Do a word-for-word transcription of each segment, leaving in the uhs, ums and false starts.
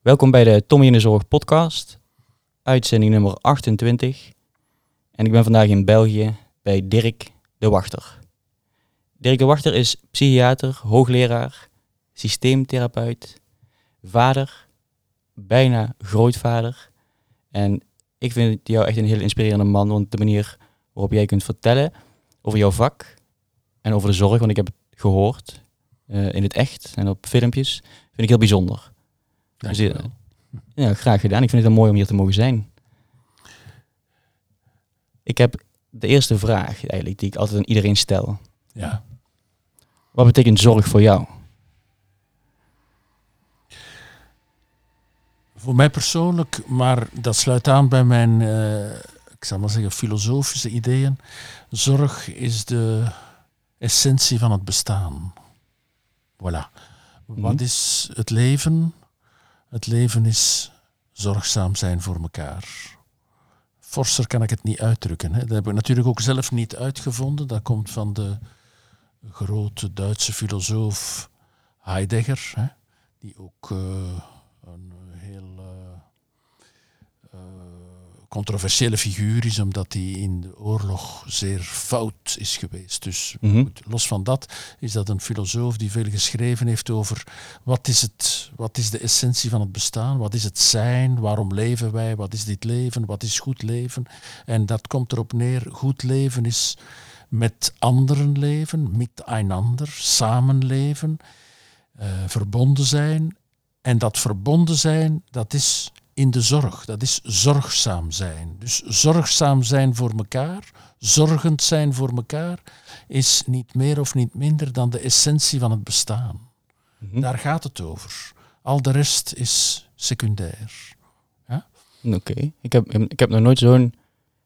Welkom bij de Tommy in de Zorg podcast, uitzending nummer achtentwintig. En ik ben vandaag in België bij Dirk de Wachter. Dirk de Wachter is psychiater, hoogleraar, systeemtherapeut, vader, bijna grootvader. En ik vind jou echt een heel inspirerende man, want de manier waarop jij kunt vertellen over jouw vak en over de zorg, want ik heb het gehoord uh, in het echt en op filmpjes, vind ik heel bijzonder. Dus, uh, ja, graag gedaan. Ik vind het heel mooi om hier te mogen zijn. Ik heb de eerste vraag eigenlijk die ik altijd aan iedereen stel. Ja. Wat betekent zorg voor jou? Voor mij persoonlijk, maar dat sluit aan bij mijn, uh, ik zal maar zeggen, filosofische ideeën. Zorg is de essentie van het bestaan. Voilà. Mm-hmm. Wat is het leven? Het leven is zorgzaam zijn voor elkaar. Forser kan ik het niet uitdrukken. Hè. Dat heb ik natuurlijk ook zelf niet uitgevonden. Dat komt van de grote Duitse filosoof Heidegger, hè, die ook uh, een heel uh, uh, controversiële figuur is, omdat hij in de oorlog zeer fout is geweest. Dus Mm-hmm. goed, los van dat is dat een filosoof die veel geschreven heeft over wat is het, wat is de essentie van het bestaan, wat is het zijn, waarom leven wij, wat is dit leven, wat is goed leven. En dat komt erop neer, goed leven is met anderen leven, met einander, samenleven, uh, verbonden zijn. En dat verbonden zijn, dat is in de zorg, dat is zorgzaam zijn. Dus zorgzaam zijn voor elkaar, zorgend zijn voor elkaar, is niet meer of niet minder dan de essentie van het bestaan. Mm-hmm. Daar gaat het over. Al de rest is secundair. Ja? Oké, okay. ik, heb, ik heb nog nooit zo'n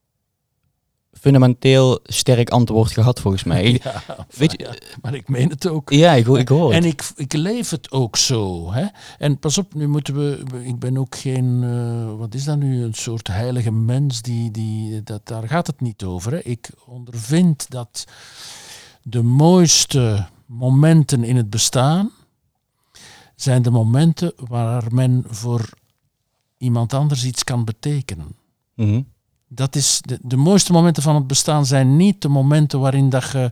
fundamenteel sterk antwoord gehad, volgens mij. Ja, Weet je, ja, maar ik meen het ook. Ja, ik, ik hoor het. En ik, ik leef het ook zo. Hè? En pas op, nu moeten we... Ik ben ook geen... Uh, wat is dat nu? Een soort heilige mens. Die, die, dat, daar gaat het niet over. Hè? Ik ondervind dat de mooiste momenten in het bestaan zijn de momenten waar men voor iemand anders iets kan betekenen. Mm-hmm. Dat is de, de mooiste momenten van het bestaan zijn niet de momenten waarin dat je...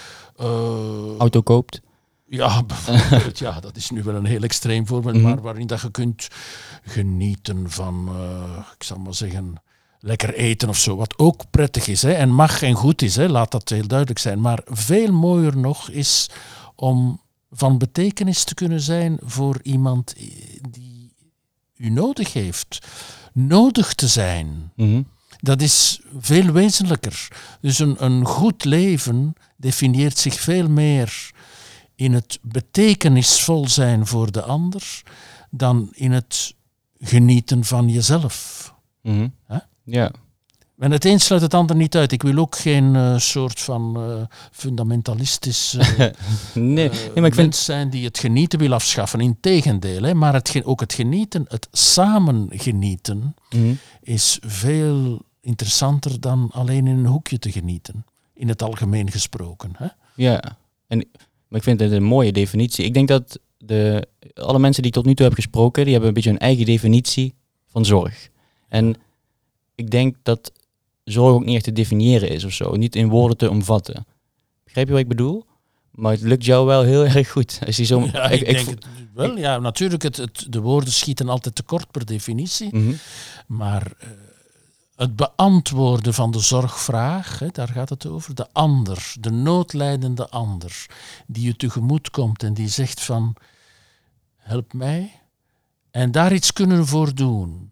Uh, Auto koopt? Ja, bijvoorbeeld. Ja, dat is nu wel een heel extreem voorbeeld, mm-hmm. maar waarin dat je kunt genieten van, uh, ik zal maar zeggen, lekker eten of zo. Wat ook prettig is, hè, en mag en goed is, hè, laat dat heel duidelijk zijn. Maar veel mooier nog is om van betekenis te kunnen zijn voor iemand die u nodig heeft. Nodig te zijn. Mm-hmm. Dat is veel wezenlijker. Dus een, een goed leven definieert zich veel meer in het betekenisvol zijn voor de ander dan in het genieten van jezelf. Mm-hmm. Huh? Ja. En het een sluit het ander niet uit. Ik wil ook geen uh, soort van uh, fundamentalistisch uh, nee, nee, maar ik mens vind... zijn die het genieten wil afschaffen. Integendeel, hè. Maar het ge- ook het genieten, het samen genieten, mm-hmm. is veel interessanter dan alleen in een hoekje te genieten. In het algemeen gesproken. Hè? Ja, en, maar ik vind het een mooie definitie. Ik denk dat de, alle mensen die ik tot nu toe heb gesproken, die hebben een beetje een eigen definitie van zorg. En ik denk dat zorg ook niet echt te definiëren is of zo. Niet in woorden te omvatten. Begrijp je wat ik bedoel? Maar het lukt jou wel heel erg goed. Als je zo, ja, ik, ik denk ik, het wel. Ja, natuurlijk, het, het, de woorden schieten altijd tekort per definitie. Mm-hmm. Maar uh, het beantwoorden van de zorgvraag, hè, daar gaat het over. De ander, de noodlijdende ander, die je tegemoet komt en die zegt van, help mij. En daar iets kunnen voor doen.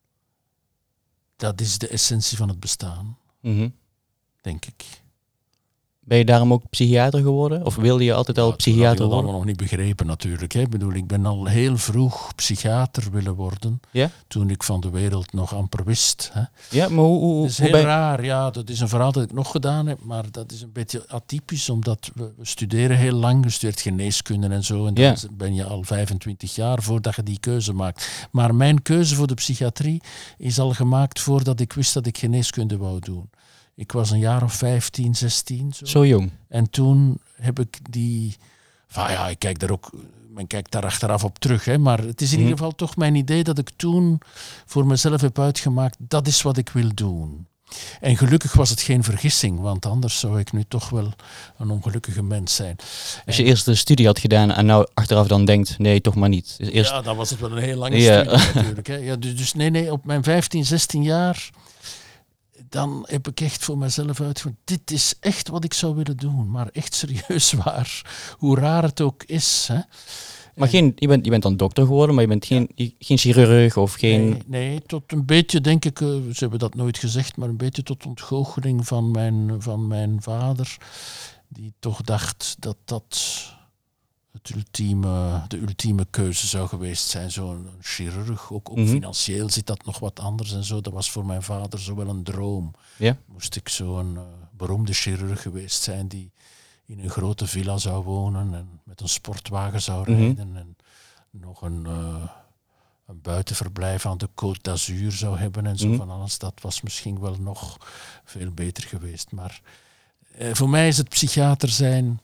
Dat is de essentie van het bestaan, mm-hmm. denk ik. Ben je daarom ook psychiater geworden? Of wilde je altijd al ja, psychiater worden? Dat worden? had ik allemaal nog niet begrepen natuurlijk. Hè. Ik bedoel, ik ben al heel vroeg psychiater willen worden. Ja? Toen ik van de wereld nog amper wist. Hè. Ja, maar hoe... hoe dat is hoe heel ben... raar, ja. Dat is een verhaal dat ik nog gedaan heb. Maar dat is een beetje atypisch, omdat we, we studeren heel lang. Je studeert geneeskunde en zo. En dan ja. ben je al vijfentwintig jaar voordat je die keuze maakt. Maar mijn keuze voor de psychiatrie is al gemaakt voordat ik wist dat ik geneeskunde wou doen. Ik was een jaar of vijftien, zestien. Zo, zo jong. En toen heb ik die... Enfin ja, ik kijk daar ook men kijkt daar achteraf op terug, hè, maar het is in Mm. ieder geval toch mijn idee dat ik toen voor mezelf heb uitgemaakt, dat is wat ik wil doen. En gelukkig was het geen vergissing, want anders zou ik nu toch wel een ongelukkige mens zijn. Als je eerst de studie had gedaan en nou achteraf dan denkt, nee, toch maar niet. Dus eerst... Ja, dan was het wel een heel lange Ja. studie natuurlijk. Hè. Ja, dus, dus nee, nee, op mijn vijftien, zestien jaar, dan heb ik echt voor mezelf uitgevonden, dit is echt wat ik zou willen doen, maar echt serieus waar, hoe raar het ook is. Hè. Maar geen, je, bent, je bent dan dokter geworden, maar je bent geen, je- geen chirurg of geen... Nee, nee, tot een beetje, denk ik, uh, ze hebben dat nooit gezegd, maar een beetje tot ontgoocheling van mijn, van mijn vader, die toch dacht dat dat het ultieme, de ultieme keuze zou geweest zijn. Zo'n chirurg, ook, ook Mhm. financieel zit dat nog wat anders en zo. Dat was voor mijn vader zo wel een droom. Ja? Moest ik zo'n uh, beroemde chirurg geweest zijn die in een grote villa zou wonen en met een sportwagen zou Mhm. rijden en nog een, uh, een buitenverblijf aan de Côte d'Azur zou hebben en zo Mhm. van alles. Dat was misschien wel nog veel beter geweest. Maar uh, voor mij is het psychiater zijn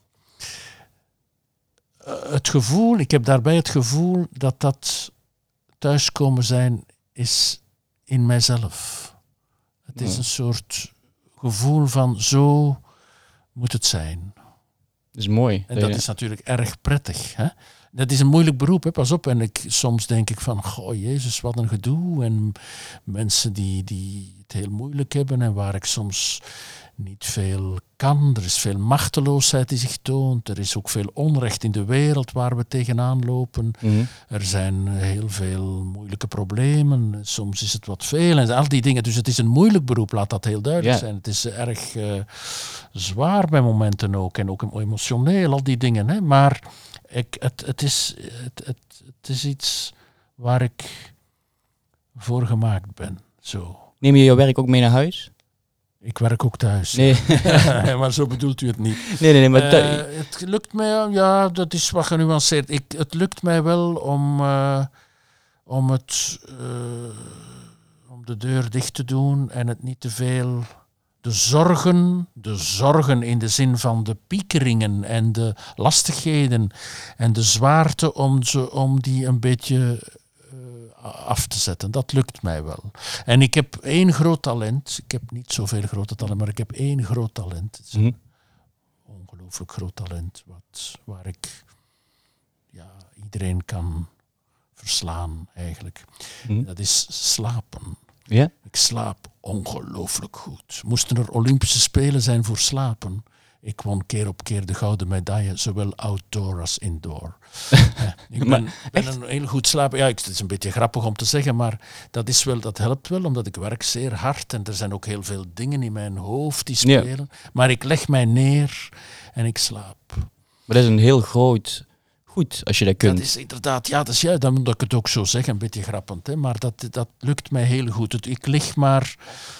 uh, het gevoel, ik heb daarbij het gevoel dat dat thuiskomen zijn is in mijzelf. Het is Ja. een soort gevoel van zo moet het zijn. Dat is mooi. En dat je- is natuurlijk erg prettig. Hè? Dat is een moeilijk beroep, hè? Pas op. En ik, soms denk ik van, goh, Jezus, wat een gedoe. En mensen die, die het heel moeilijk hebben en waar ik soms niet veel kan. Er is veel machteloosheid die zich toont. Er is ook veel onrecht in de wereld waar we tegenaan lopen. Mhm. Er zijn heel veel moeilijke problemen. Soms is het wat veel en al die dingen. Dus het is een moeilijk beroep, laat dat heel duidelijk Ja. zijn. Het is erg uh, zwaar bij momenten ook. En ook emotioneel, al die dingen. Hè. Maar ik, het, het, is, het, het, het is iets waar ik voor gemaakt ben. Zo. Neem je jouw werk ook mee naar huis? Ik werk ook thuis. Nee, Maar zo bedoelt u het niet. nee, nee, nee maar thu- Uh, het lukt mij, ja, dat is wat genuanceerd. Ik, het lukt mij wel om, uh, om, het, uh, om de deur dicht te doen en het niet te veel... De zorgen, de zorgen in de zin van de piekeringen en de lastigheden en de zwaarte om, ze, om die een beetje uh, af te zetten. Dat lukt mij wel. En ik heb één groot talent. Ik heb niet zoveel grote talenten, maar ik heb één groot talent. Het is Mhm. een ongelooflijk groot talent wat, waar ik ja, iedereen kan verslaan eigenlijk. Mhm. Dat is slapen. Ja? Ik slaap ongelooflijk goed. Moesten er Olympische Spelen zijn voor slapen? Ik won keer op keer de gouden medaille, zowel outdoor als indoor. eh, ik ben, ben een heel goed slaper. Ja, ik, het is een beetje grappig om te zeggen, maar dat, is wel, dat helpt wel, omdat ik werk zeer hard en er zijn ook heel veel dingen in mijn hoofd die spelen. Ja. Maar ik leg mij neer en ik slaap. Maar dat is een heel groot goed als je dat kunt. Dat is inderdaad, ja, dat is, ja, dan moet ik het ook zo zeggen, een beetje grappend, hè, maar dat, dat lukt mij heel goed. Het, ik lig maar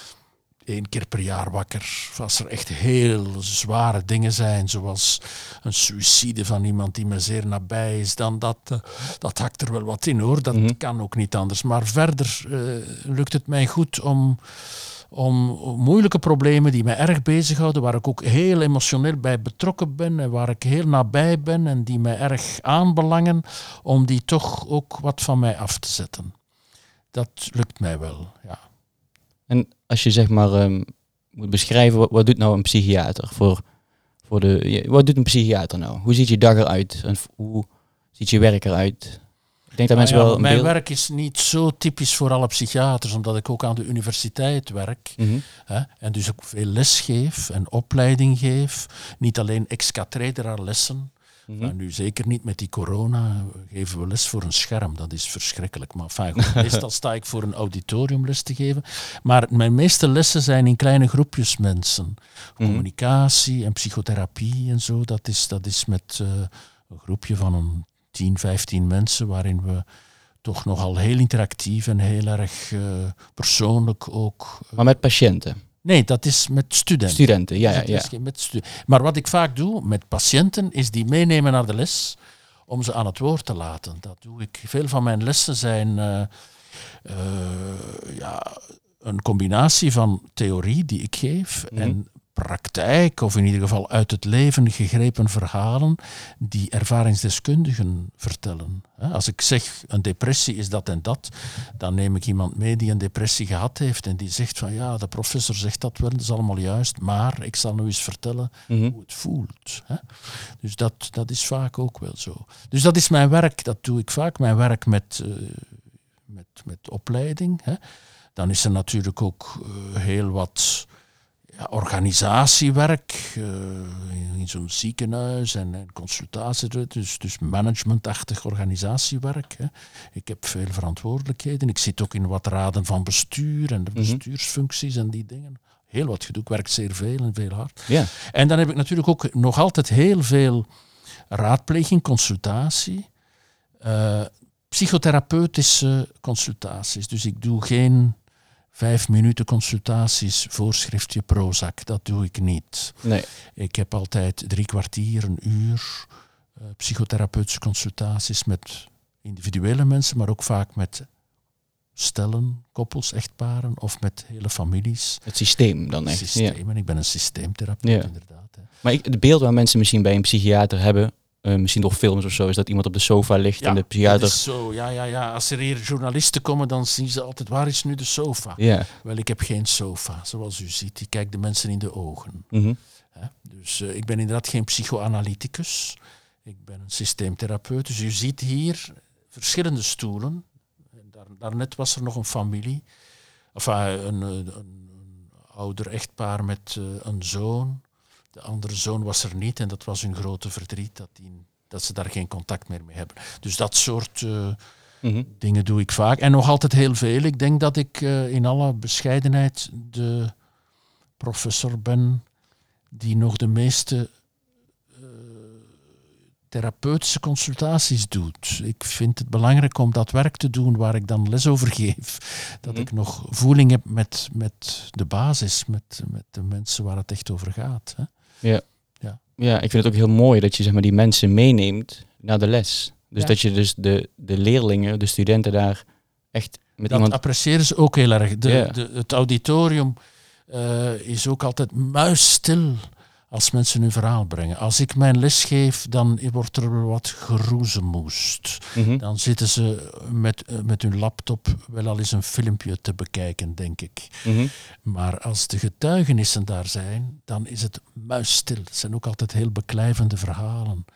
één keer per jaar wakker. Als er echt heel zware dingen zijn, zoals een suïcide van iemand die me zeer nabij is, dan dat, uh, dat hakt er wel wat in hoor. Dat mm-hmm. kan ook niet anders. Maar verder uh, lukt het mij goed om, om moeilijke problemen die mij erg bezighouden, waar ik ook heel emotioneel bij betrokken ben en waar ik heel nabij ben en die mij erg aanbelangen, om die toch ook wat van mij af te zetten. Dat lukt mij wel, ja. En als je zeg maar um, moet beschrijven, wat, wat doet nou een psychiater? Voor, voor de, wat doet een psychiater nou? Hoe ziet je dag eruit? En hoe ziet je werk eruit? Ik denk dat mensen nou ja, wel mijn beeld... werk is niet zo typisch voor alle psychiaters, omdat ik ook aan de universiteit werk. Mm-hmm. Hè, en dus ook veel les geef en opleiding geef. Niet alleen ex cathedra lessen. Mm-hmm. Maar nu zeker niet met die corona geven we les voor een scherm. Dat is verschrikkelijk. Maar enfin, goed, meestal sta ik voor een auditorium les te geven. Maar mijn meeste lessen zijn in kleine groepjes mensen. Mm-hmm. Communicatie en psychotherapie en zo. Dat is, dat is met uh, een groepje van een tien, vijftien mensen waarin we toch nogal heel interactief en heel erg uh, persoonlijk ook... Uh, maar met patiënten? Nee, dat is met studenten. Studenten, ja, ja, ja. Dus met stu- maar wat ik vaak doe met patiënten, is die meenemen naar de les om ze aan het woord te laten. Dat doe ik. Veel van mijn lessen zijn uh, uh, ja, een combinatie van theorie die ik geef mm-hmm. en praktijk, of in ieder geval uit het leven gegrepen verhalen die ervaringsdeskundigen vertellen. Als ik zeg, een depressie is dat en dat, dan neem ik iemand mee die een depressie gehad heeft en die zegt van ja, de professor zegt dat wel, dat is allemaal juist, maar ik zal nu eens vertellen mm-hmm. hoe het voelt. Dus dat, dat is vaak ook wel zo. Dus dat is mijn werk, dat doe ik vaak, mijn werk met, uh, met, met opleiding. Hè. Dan is er natuurlijk ook uh, heel wat ja, organisatiewerk uh, in, in zo'n ziekenhuis en, en consultatie, dus, dus managementachtig organisatiewerk. Hè. Ik heb veel verantwoordelijkheden. Ik zit ook in wat raden van bestuur en de bestuursfuncties en die dingen. Heel wat gedoe. Ik werk zeer veel en veel hard. Ja. En dan heb ik natuurlijk ook nog altijd heel veel raadpleging, consultatie, uh, psychotherapeutische consultaties. Dus ik doe geen vijf minuten consultaties, voorschriftje Prozac. Dat doe ik niet. Nee. Ik heb altijd drie kwartier, een uur uh, psychotherapeutische consultaties met individuele mensen, maar ook vaak met stellen, koppels, echtparen of met hele families. Het systeem dan echt. Systeem. Ja. En ik ben een systeemtherapeut, ja. inderdaad. Hè. Maar ik, de beeld waar mensen misschien bij een psychiater hebben, uh, misschien door films of zo, is dat iemand op de sofa ligt ja, en de psychiater... dat is zo. Ja, ja, ja. Als er hier journalisten komen, dan zien ze altijd, waar is nu de sofa? Ja. Wel, ik heb geen sofa, zoals u ziet. Ik kijk de mensen in de ogen. Mm-hmm. Hè? Dus uh, ik ben inderdaad geen psychoanalyticus. Ik ben een systeemtherapeut. Dus u ziet hier verschillende stoelen. Daar, daarnet was er nog een familie. Enfin, een, een, een ouder echtpaar met uh, een zoon. De andere zoon was er niet en dat was hun grote verdriet dat, die, dat ze daar geen contact meer mee hebben. Dus dat soort uh, mm-hmm. dingen doe ik vaak. En nog altijd heel veel. Ik denk dat ik uh, in alle bescheidenheid de professor ben die nog de meeste uh, therapeutische consultaties doet. Ik vind het belangrijk om dat werk te doen waar ik dan les over geef. Dat mm-hmm. ik nog voeling heb met, met de basis, met, met de mensen waar het echt over gaat. Hè. Ja. Ja. ja, ik vind het ook heel mooi dat je zeg maar, die mensen meeneemt naar de les. Dus ja. dat je dus de, de leerlingen, de studenten daar echt met dat iemand... appreciëren ze ook heel erg. De, ja. de, het auditorium uh, is ook altijd muisstil als mensen hun verhaal brengen. Als ik mijn les geef, dan wordt er wat geroezemoest. Mm-hmm. Dan zitten ze met, uh, met hun laptop wel al eens een filmpje te bekijken, denk ik. Mm-hmm. Maar als de getuigenissen daar zijn, dan is het muisstil. Het zijn ook altijd heel beklijvende verhalen.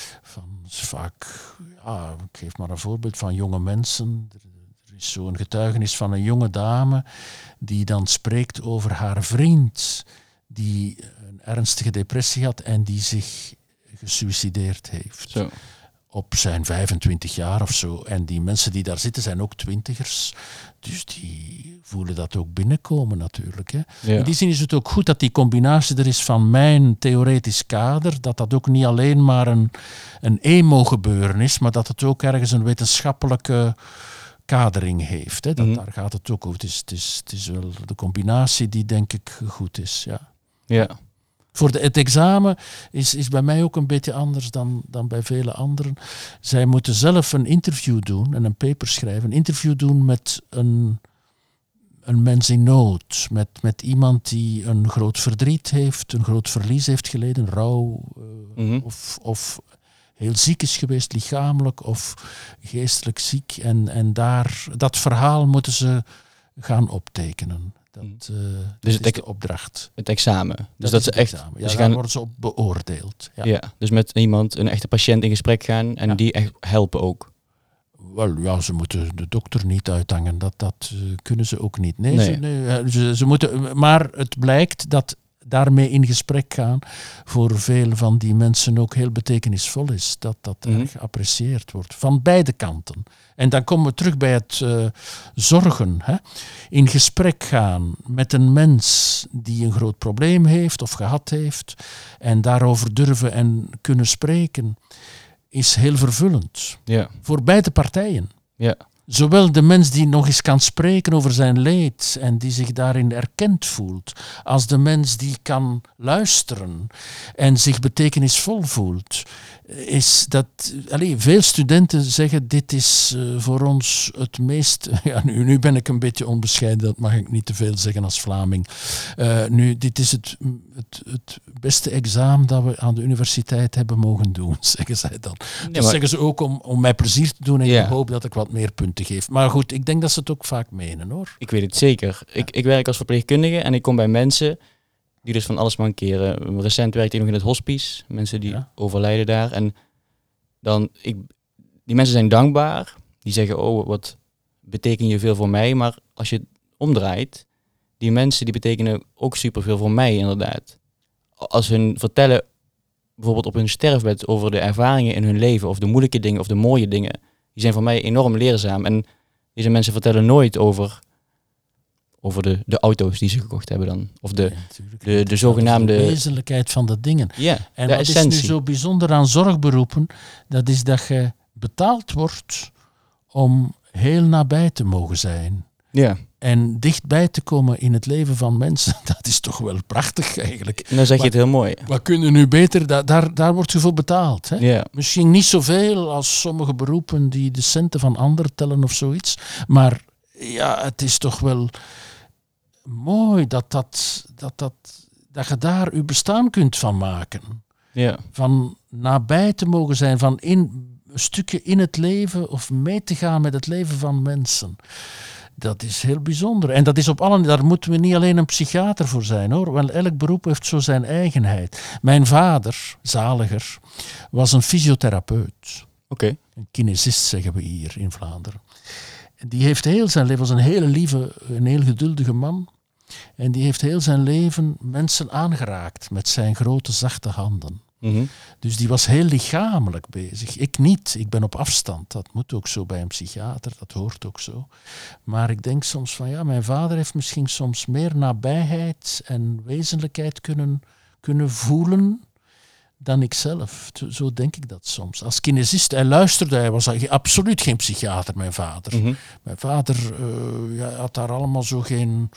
Van vaak, ja, ik geef maar een voorbeeld van jonge mensen. Er is zo'n getuigenis van een jonge dame die dan spreekt over haar vriend die een ernstige depressie had en die zich gesuicideerd heeft. Zo. Op zijn vijfentwintig jaar of zo. En die mensen die daar zitten zijn ook twintigers. Dus die voelen dat ook binnenkomen natuurlijk. Hè. Ja. In die zin is het ook goed dat die combinatie er is van mijn theoretisch kader, dat dat ook niet alleen maar een, een emo-gebeuren is, maar dat het ook ergens een wetenschappelijke kadering heeft. Hè. Dat, mm. Daar gaat het ook over. Het is, het, is, het is wel de combinatie die denk ik goed is. Ja. Ja. Voor de, het examen is, is bij mij ook een beetje anders dan, dan bij vele anderen. Zij moeten zelf een interview doen en een paper schrijven. Een interview doen met een, een mens in nood. Met, met iemand die een groot verdriet heeft, een groot verlies heeft geleden, rouw uh, mm-hmm. of, of heel ziek is geweest, lichamelijk of geestelijk ziek. En, en daar, dat verhaal moeten ze gaan optekenen. Dat, uh, dus dat het is de opdracht. Het examen. Dus dat, dat is ze het echt. examen. Ja, dus daar gaan, worden ze op beoordeeld. Ja. ja, dus met iemand, een echte patiënt in gesprek gaan en ja. die echt helpen ook. Wel, ja, ze moeten de dokter niet uithangen. Dat, dat uh, kunnen ze ook niet. Nee, nee. Ze, nee ze, ze moeten, maar het blijkt dat daarmee in gesprek gaan voor veel van die mensen ook heel betekenisvol is. Dat dat mm-hmm. erg geapprecieerd wordt. Van beide kanten. En dan komen we terug bij het uh, zorgen. Hè? In gesprek gaan met een mens die een groot probleem heeft of gehad heeft en daarover durven en kunnen spreken is heel vervullend. Ja. Voor beide partijen. Ja. Zowel de mens die nog eens kan spreken over zijn leed en die zich daarin erkend voelt, als de mens die kan luisteren en zich betekenisvol voelt. is dat... Allez, veel studenten zeggen, dit is uh, voor ons het meest... Ja, nu, nu ben ik een beetje onbescheiden, dat mag ik niet te veel zeggen als Vlaming. Uh, nu, dit is het, het, het beste examen dat we aan de universiteit hebben mogen doen, zeggen zij dan. Nee, dat maar... zeggen ze ook om, om mij plezier te doen en ja. ik hoop dat ik wat meer punten geef. Maar goed, ik denk dat ze het ook vaak menen, hoor. Ik weet het zeker. Ja. Ik, ik werk als verpleegkundige en ik kom bij mensen... die dus van alles mankeren. Recent werkte ik nog in het hospice. Mensen die ja. overlijden daar. En dan, ik, die mensen zijn dankbaar. Die zeggen, oh, wat beteken je veel voor mij. Maar als je het omdraait, die mensen die betekenen ook superveel voor mij inderdaad. Als hun vertellen, bijvoorbeeld op hun sterfbed, over de ervaringen in hun leven, of de moeilijke dingen, of de mooie dingen, die zijn voor mij enorm leerzaam. En deze mensen vertellen nooit over... Over de, de auto's die ze gekocht hebben dan. Of de, ja, de, de zogenaamde... De wezenlijkheid van de dingen. Ja, en wat essentie. Is nu zo bijzonder aan zorgberoepen, dat is dat je betaald wordt om heel nabij te mogen zijn. Ja. En dichtbij te komen in het leven van mensen, dat is toch wel prachtig eigenlijk. En dan zeg je maar, het heel mooi. Wat kunnen nu beter? Da, daar, daar wordt je voor betaald. Hè? Ja. Misschien niet zoveel als sommige beroepen die de centen van anderen tellen of zoiets. Maar ja, het is toch wel... mooi dat, dat, dat, dat, dat je daar je bestaan kunt van maken. Ja. Van nabij te mogen zijn, van in, een stukje in het leven of mee te gaan met het leven van mensen. Dat is heel bijzonder. En dat is op alle, daar moeten we niet alleen een psychiater voor zijn, hoor. Want elk beroep heeft zo zijn eigenheid. Mijn vader, zaliger, was een fysiotherapeut. Oké. Okay. Een kinesist, zeggen we hier in Vlaanderen. Die heeft heel zijn leven, was een hele lieve, een heel geduldige man. En die heeft heel zijn leven mensen aangeraakt met zijn grote, zachte handen. Mm-hmm. Dus die was heel lichamelijk bezig. Ik niet, ik ben op afstand. Dat moet ook zo bij een psychiater, dat hoort ook zo. Maar ik denk soms van, ja, mijn vader heeft misschien soms meer nabijheid en wezenlijkheid kunnen, kunnen voelen dan ik zelf. Zo denk ik dat soms. Als kinesist, hij luisterde, hij was absoluut geen psychiater, mijn vader. Mm-hmm. Mijn vader uh, ja, had daar allemaal zo geen...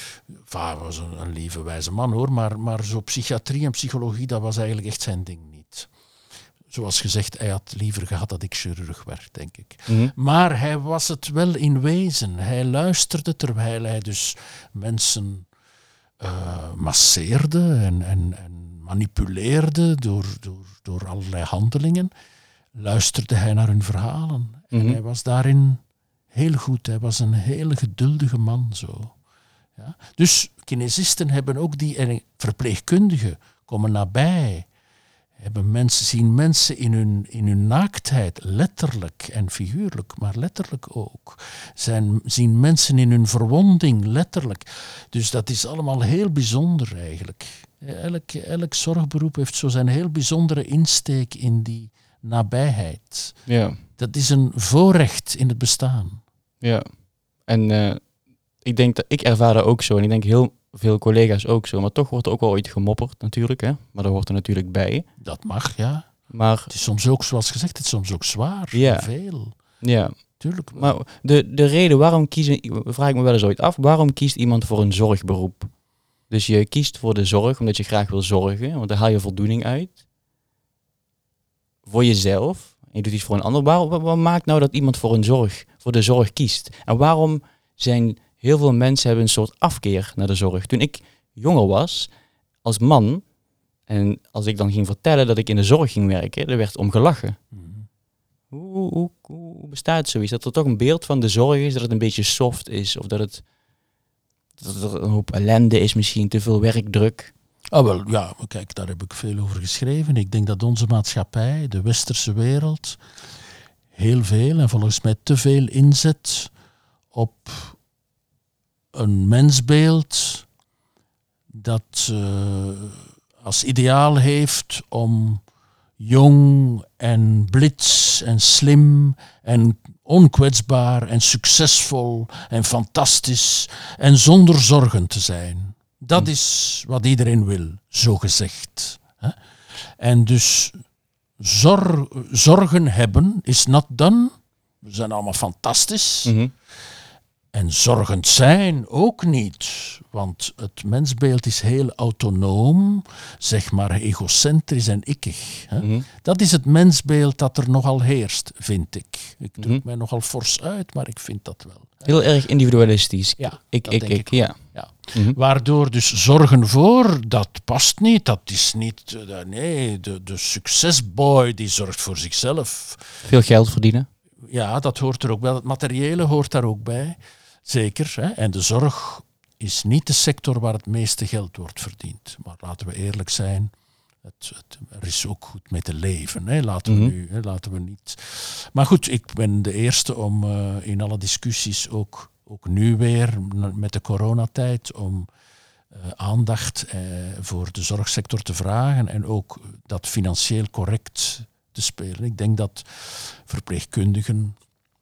Vader was een, een lieve, wijze man, hoor, maar, maar zo psychiatrie en psychologie, dat was eigenlijk echt zijn ding niet. Zoals gezegd, hij had liever gehad dat ik chirurg werd, denk ik. Mm-hmm. Maar hij was het wel in wezen. Hij luisterde terwijl hij dus mensen uh, masseerde en... en, en manipuleerde door, door, door allerlei handelingen, luisterde hij naar hun verhalen. Mm-hmm. En hij was daarin heel goed. Hij was een hele geduldige man. Zo. Ja? Dus kinesisten hebben ook die, en verpleegkundigen komen nabij. Hebben mensen, zien mensen in hun, in hun naaktheid, letterlijk en figuurlijk, maar letterlijk ook. Zijn, zien mensen in hun verwonding, letterlijk. Dus dat is allemaal heel bijzonder eigenlijk. Elk, elk zorgberoep heeft zo zijn heel bijzondere insteek in die nabijheid. Ja. Dat is een voorrecht in het bestaan. Ja, en uh, ik denk dat ik ervaar dat ook zo. En ik denk heel veel collega's ook zo. Maar toch wordt er ook wel ooit gemopperd natuurlijk. Hè? Maar dat hoort er natuurlijk bij. Dat mag, ja. Maar het is soms ook, zoals gezegd, het is soms ook zwaar. Ja. Veel. Ja. Tuurlijk. Maar de, de reden waarom kiezen, vraag ik me wel eens ooit af, waarom kiest iemand voor een zorgberoep? Dus je kiest voor de zorg omdat je graag wil zorgen, want daar haal je voldoening uit. Voor jezelf. En je doet iets voor een ander. Waar, wat, wat maakt nou dat iemand voor, een zorg, voor de zorg kiest? En waarom zijn heel veel mensen hebben een soort afkeer naar de zorg? Toen ik jonger was, als man, en als ik dan ging vertellen dat ik in de zorg ging werken, er werd om gelachen. Mm-hmm. Hoe, hoe, hoe bestaat zoiets? Dat er toch een beeld van de zorg is, dat het een beetje soft is, of dat het dat er een hoop ellende is, misschien te veel werkdruk. Ah, wel, ja, kijk, daar heb ik veel over geschreven. Ik denk dat onze maatschappij, de westerse wereld, heel veel en volgens mij te veel inzet op een mensbeeld dat uh, als ideaal heeft om jong en blits en slim en onkwetsbaar en succesvol en fantastisch en zonder zorgen te zijn. Dat hm. is wat iedereen wil, zo gezegd. En dus zor- zorgen hebben is not done. We zijn allemaal fantastisch. Mm-hmm. En zorgend zijn ook niet. Want het mensbeeld is heel autonoom, zeg maar egocentrisch en ikkig. Hè? Mm-hmm. Dat is het mensbeeld dat er nogal heerst, vind ik. Ik druk Mm-hmm. mij nogal fors uit, maar ik vind dat wel. Heel erg individualistisch. Ja, ik, dat ik, denk ik, ik ja. Ja. Mm-hmm. Waardoor dus zorgen voor, dat past niet. Dat is niet, uh, nee, de, de succesboy die zorgt voor zichzelf. Veel geld verdienen. Ja, dat hoort er ook bij. Het materiële hoort daar ook bij. Zeker. Hè? En de zorg is niet de sector waar het meeste geld wordt verdiend. Maar laten we eerlijk zijn, het, het, er is ook goed mee te leven. Hè? Laten we Mm-hmm. nu, hè? Laten we niet... Maar goed, ik ben de eerste om uh, in alle discussies, ook, ook nu weer met de coronatijd, om uh, aandacht uh, voor de zorgsector te vragen en ook dat financieel correct te spelen. Ik denk dat verpleegkundigen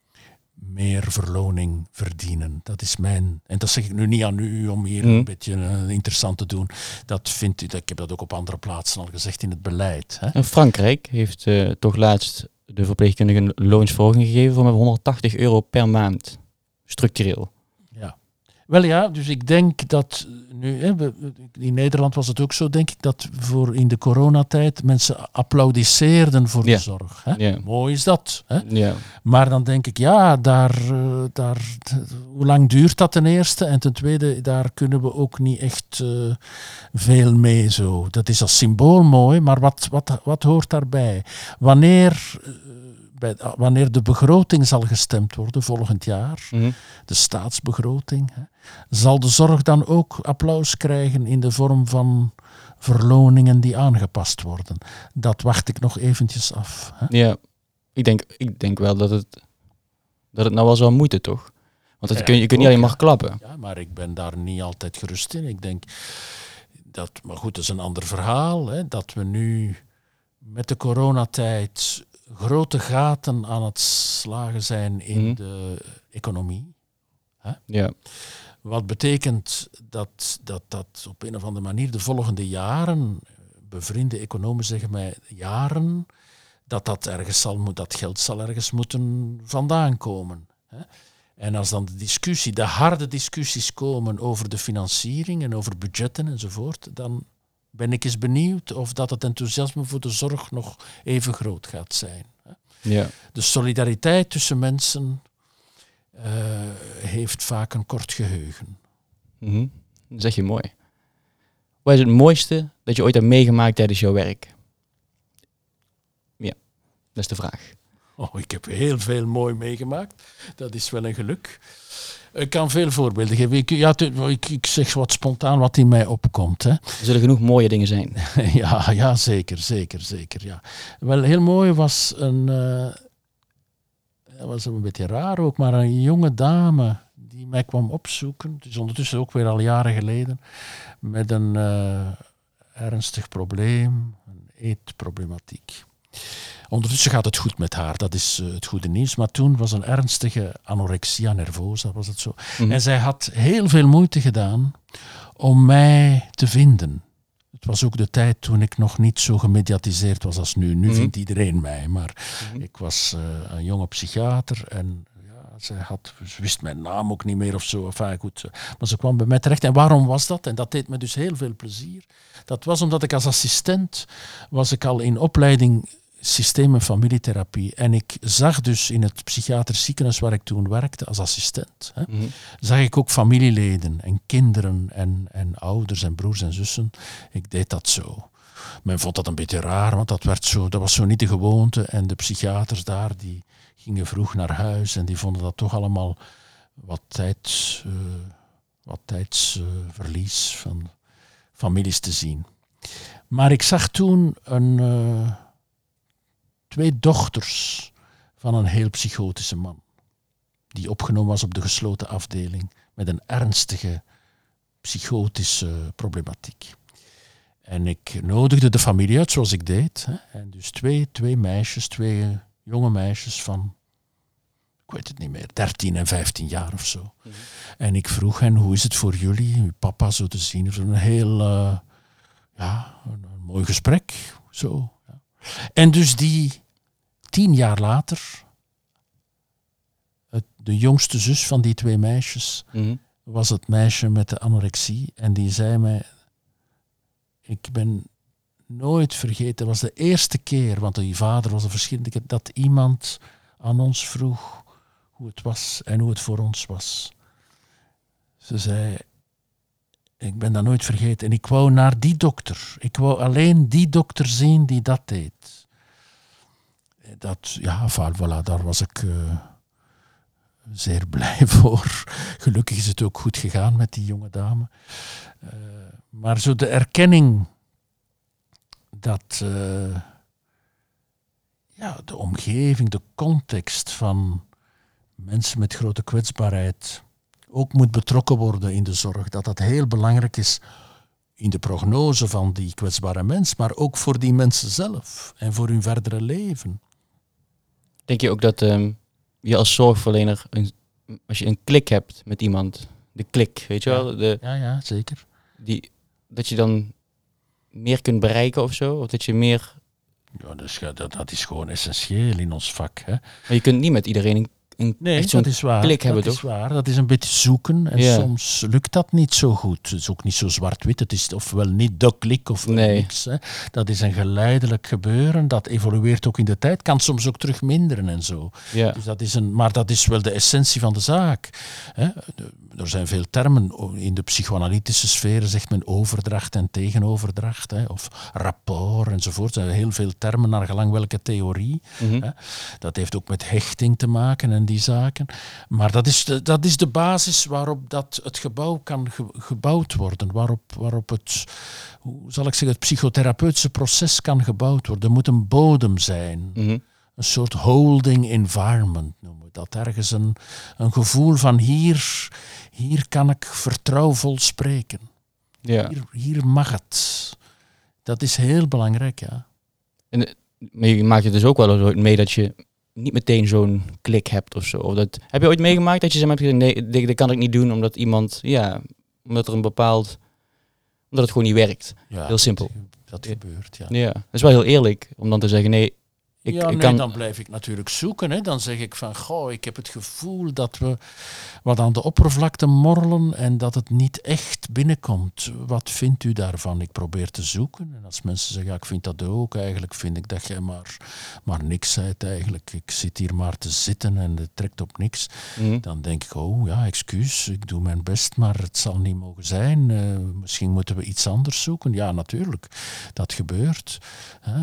meer verloning verdienen. Dat is mijn... En dat zeg ik nu niet aan u om hier mm. een beetje uh, interessant te doen. Dat vind ik... Ik heb dat ook op andere plaatsen al gezegd in het beleid. Hè? En Frankrijk heeft uh, toch laatst de verpleegkundigen loonsverhoging gegeven voor honderdtachtig euro per maand. Structureel. Ja. Wel ja, dus ik denk dat nu, hè, in Nederland was het ook zo, denk ik, dat voor in de coronatijd mensen applaudisseerden voor ja. de zorg. Hè? Ja. Mooi is dat. Hè? Ja. Maar dan denk ik, ja, daar, daar, hoe lang duurt dat ten eerste? En ten tweede, daar kunnen we ook niet echt uh, veel mee zo. Dat is als symbool mooi, maar wat, wat, wat hoort daarbij? Wanneer... Uh, Bij, wanneer de begroting zal gestemd worden volgend jaar, Mm-hmm. de staatsbegroting, hè, zal de zorg dan ook applaus krijgen in de vorm van verloningen die aangepast worden. Dat wacht ik nog eventjes af. Hè. Ja, ik denk, ik denk wel dat het, dat het nou wel zou moeten, toch? Want het Ja, kun, je kunt niet alleen maar klappen. Ja, maar ik ben daar niet altijd gerust in. Ik denk dat, maar goed, dat is een ander verhaal, hè, dat we nu met de coronatijd grote gaten aan het slagen zijn in mm-hmm. de economie. Hè? Ja. Wat betekent dat, dat dat op een of andere manier de volgende jaren, bevriende economen zeggen mij jaren, dat dat ergens zal moeten, dat geld zal ergens moeten vandaan komen. Hè? En als dan de discussie, de harde discussies komen over de financiering en over budgetten enzovoort, dan ben ik eens benieuwd of dat het enthousiasme voor de zorg nog even groot gaat zijn. Ja. De solidariteit tussen mensen uh, heeft vaak een kort geheugen. Mm-hmm. Dat zeg je mooi. Wat is het mooiste dat je ooit hebt meegemaakt tijdens jouw werk? Ja, dat is de vraag. Oh, ik heb heel veel mooi meegemaakt. Dat is wel een geluk. Ik kan veel voorbeelden geven. Ik, ja, ik, ik zeg wat spontaan wat in mij opkomt. Hè. Er zullen genoeg mooie dingen zijn. ja, ja, zeker, zeker, zeker. Ja. Wel, heel mooi was een... Uh, dat was een beetje raar ook, maar een jonge dame die mij kwam opzoeken. Het is ondertussen ook weer al jaren geleden. Met een uh, ernstig probleem, een eetproblematiek. Ondertussen gaat het goed met haar, dat is uh, het goede nieuws. Maar toen was een ernstige anorexia nervosa, was het zo. Mm-hmm. En zij had heel veel moeite gedaan om mij te vinden. Het was ook de tijd toen ik nog niet zo gemediatiseerd was als nu. Nu mm-hmm. vindt iedereen mij, maar mm-hmm. ik was uh, een jonge psychiater en ja, zij had, ze wist mijn naam ook niet meer of zo. Enfin, goed, maar ze kwam bij mij terecht. En waarom was dat? En dat deed me dus heel veel plezier. Dat was omdat ik als assistent was ik al in opleiding systeem- en familietherapie. En ik zag dus in het psychiatrisch ziekenhuis waar ik toen werkte als assistent, hè, mm-hmm. zag ik ook familieleden en kinderen en, en ouders en broers en zussen. Ik deed dat zo. Men vond dat een beetje raar, want dat, werd zo, dat was zo niet de gewoonte. En de psychiaters daar, die gingen vroeg naar huis en die vonden dat toch allemaal wat, tijd, uh, wat tijdsverlies uh, van families te zien. Maar ik zag toen een... Uh, twee dochters van een heel psychotische man. Die opgenomen was op de gesloten afdeling met een ernstige psychotische problematiek. En ik nodigde de familie uit zoals ik deed. Hè. En dus twee, twee meisjes, twee jonge meisjes van, ik weet het niet meer, dertien en vijftien jaar of zo. Mm-hmm. En ik vroeg hen, hoe is het voor jullie, uw papa zo te zien? Een heel, uh, ja, een, een mooi gesprek, zo. Ja. En dus die... Tien jaar later, het, de jongste zus van die twee meisjes Mm-hmm. was het meisje met de anorexie. En die zei mij, ik ben nooit vergeten, het was de eerste keer, want die vader was een verschillende keer, dat iemand aan ons vroeg hoe het was en hoe het voor ons was. Ze zei, ik ben dat nooit vergeten. En ik wou naar die dokter. Ik wou alleen die dokter zien die dat deed. Dat, ja, voilà, daar was ik uh, zeer blij voor. Gelukkig is het ook goed gegaan met die jonge dame. Uh, maar zo de erkenning dat uh, ja, de omgeving, de context van mensen met grote kwetsbaarheid ook moet betrokken worden in de zorg. Dat dat heel belangrijk is in de prognose van die kwetsbare mens, maar ook voor die mensen zelf en voor hun verdere leven. Denk je ook dat um, je als zorgverlener, een, als je een klik hebt met iemand, de klik, weet je ja. wel? De, ja, ja, zeker. Die, dat je dan meer kunt bereiken of zo? Of dat je meer... Ja, dus, dat, dat is gewoon essentieel in ons vak. Hè. Maar je kunt niet met iedereen een, een nee, echt zo'n dat is waar, klik hebben, dat toch? Dat is waar, dat is een beetje zoeken en ja. soms lukt dat niet zo goed. Het is ook niet zo zwart-wit, het is ofwel niet de klik of nee. niks. Hè. Dat is een geleidelijk gebeuren, dat evolueert ook in de tijd, kan soms ook terug minderen en zo. Ja. Dus dat is een, maar dat is wel de essentie van de zaak. Hè. Er zijn veel termen. In de psychoanalytische sferen zegt men overdracht en tegenoverdracht, hè, of rapport enzovoort. Er zijn heel veel termen naar gelang welke theorie. Mm-hmm. Hè. Dat heeft ook met hechting te maken en die zaken. Maar dat is de, dat is de basis waarop dat het gebouw kan ge, gebouwd worden. Waarop, waarop het, hoe zal ik zeggen, het psychotherapeutische proces kan gebouwd worden. Er moet een bodem zijn. Mm-hmm. Een soort holding environment noemen we dat. Ergens een, een gevoel van hier, hier kan ik vertrouwvol spreken. Ja. Hier, hier mag het. Dat is heel belangrijk, ja. En, maar je maakt het dus ook wel mee dat je niet meteen zo'n klik hebt of zo. Of dat, heb je ooit meegemaakt dat je zeg maar hebt gezegd, nee, dit, dit kan ik niet doen omdat iemand, ja, omdat er een bepaald, omdat het gewoon niet werkt. Ja, heel simpel. Dat, dat gebeurt, ja. Ja, dat is wel heel eerlijk om dan te zeggen, nee, Ik, ja, ik nee, kan... dan blijf ik natuurlijk zoeken. Hè. Dan zeg ik van, goh, ik heb het gevoel dat we wat aan de oppervlakte morrelen en dat het niet echt binnenkomt. Wat vindt u daarvan? Ik probeer te zoeken. En als mensen zeggen, ja, ik vind dat ook. Eigenlijk vind ik dat jij maar, maar niks zijt eigenlijk. Ik zit hier maar te zitten en het trekt op niks. Mm. Dan denk ik, oh ja, excuus, ik doe mijn best, maar het zal niet mogen zijn. Uh, misschien moeten we iets anders zoeken. Ja, natuurlijk. Dat gebeurt. Hè.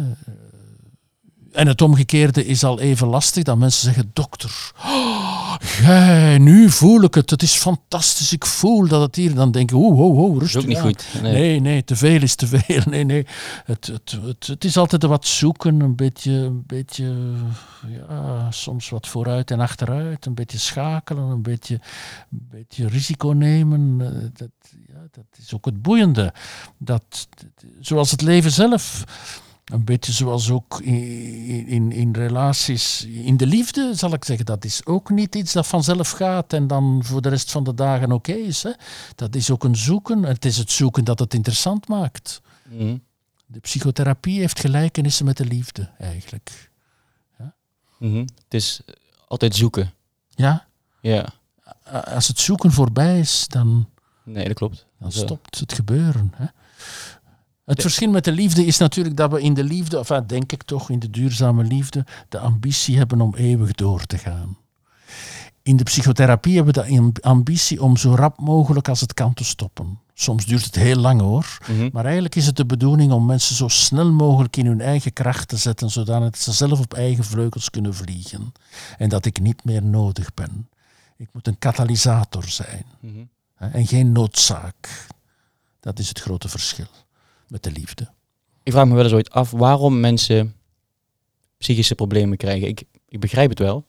En het omgekeerde is al even lastig, dat mensen zeggen, dokter, oh, jij, nu voel ik het, het is fantastisch, ik voel dat het hier, dan denk ik, oh, oh, oh, rustig. Dat is ook niet aan. goed. Nee. nee, nee, te veel is te veel. Nee, nee, het, het, het, het is altijd wat zoeken, een beetje, een beetje, ja, soms wat vooruit en achteruit, een beetje schakelen, een beetje, een beetje risico nemen. Dat, ja, dat is ook het boeiende. Dat, zoals het leven zelf... Een beetje zoals ook in, in, in relaties, in de liefde zal ik zeggen, dat is ook niet iets dat vanzelf gaat en dan voor de rest van de dagen oké okay is. Hè. Dat is ook een zoeken. Het is het zoeken dat het interessant maakt. Mm. De psychotherapie heeft gelijkenissen met de liefde eigenlijk. Ja? Mm-hmm. Het is altijd zoeken. Ja? Ja. Als het zoeken voorbij is, dan, nee, dat klopt. dan Zo. stopt het gebeuren. Hè. Het verschil met de liefde is natuurlijk dat we in de liefde, of enfin, denk ik toch, in de duurzame liefde, de ambitie hebben om eeuwig door te gaan. In de psychotherapie hebben we de ambitie om zo rap mogelijk als het kan te stoppen. Soms duurt het heel lang hoor, Mm-hmm. maar eigenlijk is het de bedoeling om mensen zo snel mogelijk in hun eigen kracht te zetten, zodat ze zelf op eigen vleugels kunnen vliegen. En dat ik niet meer nodig ben. Ik moet een katalysator zijn. Mm-hmm. En geen noodzaak. Dat is het grote verschil. Met de liefde. Ik vraag me wel eens ooit af waarom mensen psychische problemen krijgen. Ik, ik begrijp het wel.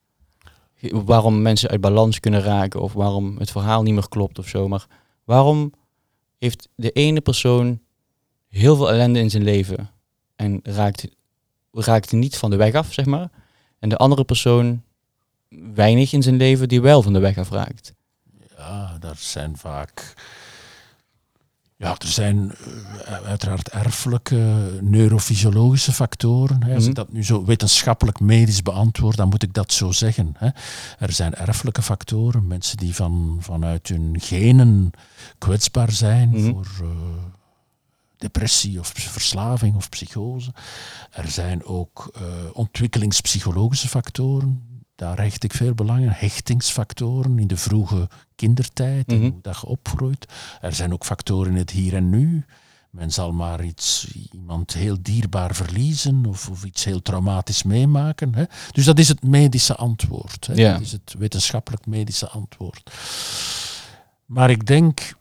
Waarom mensen uit balans kunnen raken of waarom het verhaal niet meer klopt of zo. Maar waarom heeft de ene persoon heel veel ellende in zijn leven en raakt, raakt niet van de weg af, zeg maar. En de andere persoon weinig in zijn leven die wel van de weg af raakt. Ja, dat zijn vaak... Ja, er zijn uh, uiteraard erfelijke neurofysiologische factoren. Hè. Als mm-hmm. ik dat nu zo wetenschappelijk medisch beantwoord, dan moet ik dat zo zeggen. Hè. Er zijn erfelijke factoren, mensen die van, vanuit hun genen kwetsbaar zijn mm-hmm. voor uh, depressie of verslaving of psychose. Er zijn ook uh, ontwikkelingspsychologische factoren. Daar hecht ik veel belang aan. Hechtingsfactoren in de vroege kindertijd, mm-hmm. en hoe dat je opgroeit. Er zijn ook factoren in het hier en nu. Men zal maar iets, iemand heel dierbaar verliezen of, of iets heel traumatisch meemaken. Hè. Dus dat is het medische antwoord. Hè. Ja. Dat is het wetenschappelijk medische antwoord. Maar ik denk,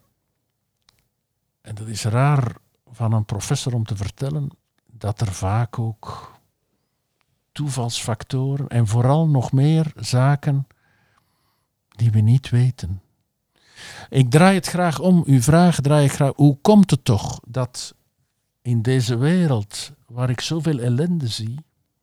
en dat is raar van een professor om te vertellen, dat er vaak ook toevalsfactoren en vooral nog meer zaken die we niet weten. Ik draai het graag om, uw vraag draai ik graag. Hoe komt het toch dat in deze wereld waar ik zoveel ellende zie,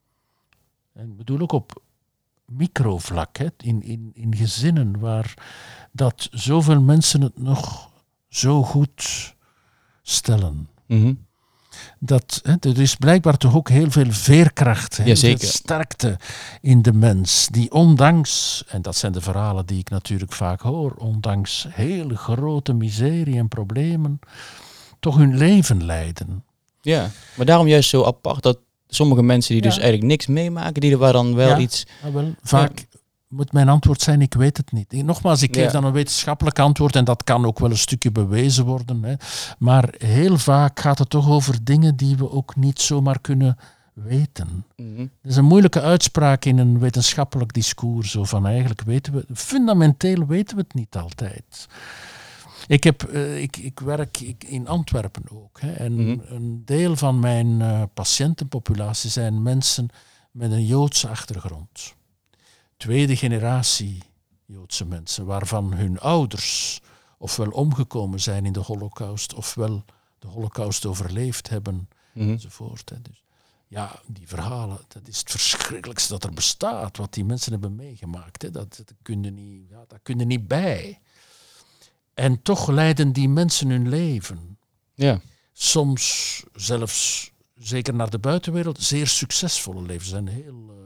en ik bedoel ook op microvlak, hè, in, in, in gezinnen waar dat zoveel mensen het nog zo goed stellen. Mm-hmm. Dat, hè, er is blijkbaar toch ook heel veel veerkracht, heel veel sterkte in de mens, die ondanks, en dat zijn de verhalen die ik natuurlijk vaak hoor, ondanks hele grote miserie en problemen, toch hun leven leiden. Ja, maar daarom juist zo apart dat sommige mensen die ja. dus eigenlijk niks meemaken, die er waar dan wel ja, iets... Ja, wel, vaak... Ja. Moet mijn antwoord zijn, ik weet het niet. Nogmaals, ik geef ja. dan een wetenschappelijk antwoord en dat kan ook wel een stukje bewezen worden. Hè. Maar heel vaak gaat het toch over dingen die we ook niet zomaar kunnen weten. Mm-hmm. Dat is een moeilijke uitspraak in een wetenschappelijk discours. Zo van eigenlijk weten we, fundamenteel weten we het niet altijd. Ik, heb, uh, ik, ik werk ik, in Antwerpen ook. Hè, en mm-hmm. een deel van mijn uh, patiëntenpopulatie zijn mensen met een Joodse achtergrond. Tweede generatie Joodse mensen, waarvan hun ouders ofwel omgekomen zijn in de Holocaust, ofwel de Holocaust overleefd hebben, mm-hmm. enzovoort. Hè. Dus, ja, die verhalen, dat is het verschrikkelijkste dat er bestaat, wat die mensen hebben meegemaakt. Hè. Dat, dat kun je niet, ja, dat kun je niet bij. En toch leiden die mensen hun leven. Ja. Soms zelfs, zeker naar de buitenwereld, zeer succesvolle leven. Ze zijn heel... Uh,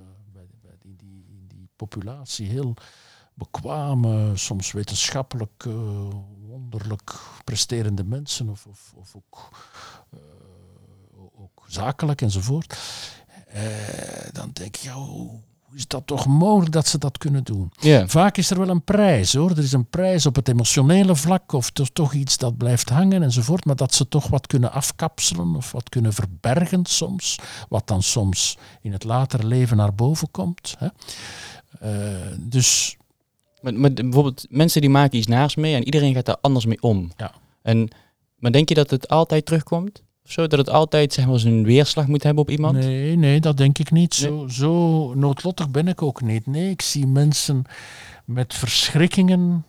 populatie, heel bekwame, soms wetenschappelijk uh, wonderlijk presterende mensen of, of, of ook, uh, ook zakelijk enzovoort. Uh, dan denk ik, ja, hoe is dat toch mogelijk dat ze dat kunnen doen? Yeah. Vaak is er wel een prijs, hoor. Er is een prijs op het emotionele vlak of toch, toch iets dat blijft hangen enzovoort, maar dat ze toch wat kunnen afkapselen of wat kunnen verbergen soms, wat dan soms in het latere leven naar boven komt, hè. Uh, dus... Maar, maar bijvoorbeeld, mensen die maken iets naars mee en iedereen gaat daar anders mee om. Ja. En, maar denk je dat het altijd terugkomt? Of zo? Dat het altijd zeg maar, zijn weerslag moet hebben op iemand? Nee, nee, dat denk ik niet. Nee. Zo, zo noodlottig ben ik ook niet. Nee, ik zie mensen met verschrikkingen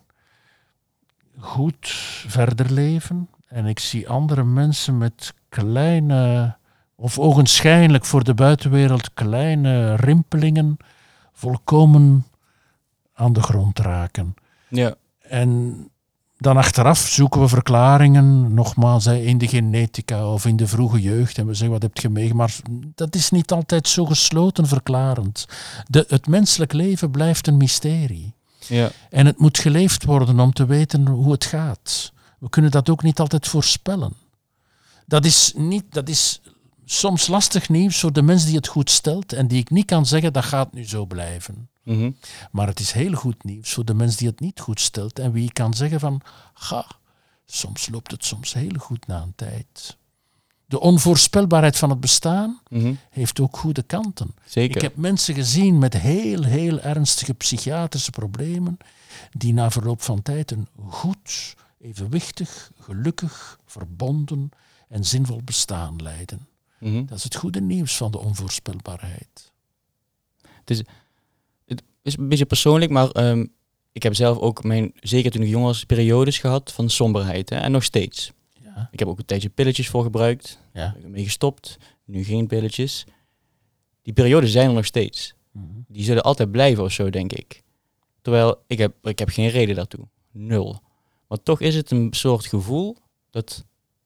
goed verder leven. En ik zie andere mensen met kleine, of ogenschijnlijk voor de buitenwereld kleine rimpelingen volkomen aan de grond raken. Ja. En dan achteraf zoeken we verklaringen, nogmaals, in de genetica of in de vroege jeugd. En we zeggen, wat heb je meegemaakt? Maar dat is niet altijd zo gesloten verklarend. De, het menselijk leven blijft een mysterie. Ja. En het moet geleefd worden om te weten hoe het gaat. We kunnen dat ook niet altijd voorspellen. Dat is niet... Dat is soms lastig nieuws voor de mens die het goed stelt en die ik niet kan zeggen, dat gaat nu zo blijven. Mm-hmm. Maar het is heel goed nieuws voor de mens die het niet goed stelt en wie kan zeggen van, ga, soms loopt het soms heel goed na een tijd. De onvoorspelbaarheid van het bestaan mm-hmm. heeft ook goede kanten. Zeker. Ik heb mensen gezien met heel, heel ernstige psychiatrische problemen die na verloop van tijd een goed, evenwichtig, gelukkig, verbonden en zinvol bestaan leiden. Mm-hmm. Dat is het goede nieuws van de onvoorspelbaarheid. Het is, het is een beetje persoonlijk, maar um, ik heb zelf ook mijn, zeker toen ik jong was, periodes gehad van somberheid. Hè, en nog steeds. Ja. Ik heb ook een tijdje pilletjes voor gebruikt. Ja. Ik heb mee gestopt. Nu geen pilletjes. Die periodes zijn er nog steeds. Mm-hmm. Die zullen altijd blijven of zo, denk ik. Terwijl ik heb, ik heb geen reden daartoe. Nul. Maar toch is het een soort gevoel dat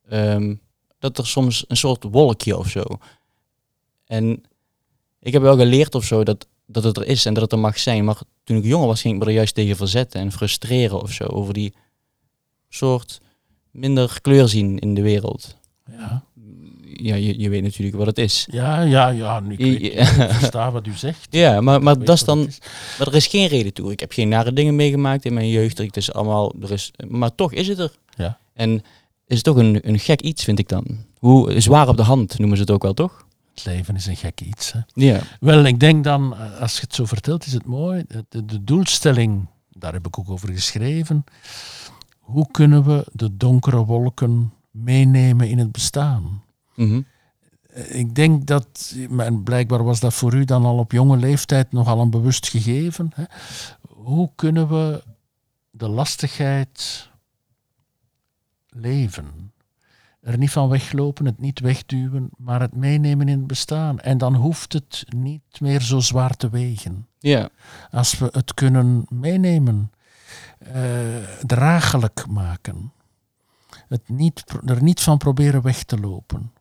um, dat er soms een soort wolkje of zo. En ik heb wel geleerd of zo dat, dat het er is en dat het er mag zijn. Maar toen ik jonger was, ging ik me er juist tegen verzetten en frustreren of zo. Over die soort minder kleur zien in de wereld. Ja, ja je, je weet natuurlijk wat het is. Ja, ja, ja. Ik, weet, ik versta wat u zegt. Ja, maar, maar dat is dan... Is. Maar er is geen reden toe. Ik heb geen nare dingen meegemaakt in mijn jeugd. Het is allemaal... Er is, maar toch is het er. Ja. En is het toch een, een gek iets, vind ik dan. Hoe zwaar op de hand noemen ze het ook wel, toch? Het leven is een gek iets. Hè? Ja. Wel, ik denk dan, als je het zo vertelt, is het mooi. De, de doelstelling, daar heb ik ook over geschreven. Hoe kunnen we de donkere wolken meenemen in het bestaan? Mm-hmm. Ik denk dat, en blijkbaar was dat voor u dan al op jonge leeftijd nogal een bewust gegeven. Hè? Hoe kunnen we de lastigheid leven? Er niet van weglopen, het niet wegduwen, maar het meenemen in het bestaan. En dan hoeft het niet meer zo zwaar te wegen. Ja. Als we het kunnen meenemen, uh, draaglijk maken. Het niet, er niet van proberen weg te lopen.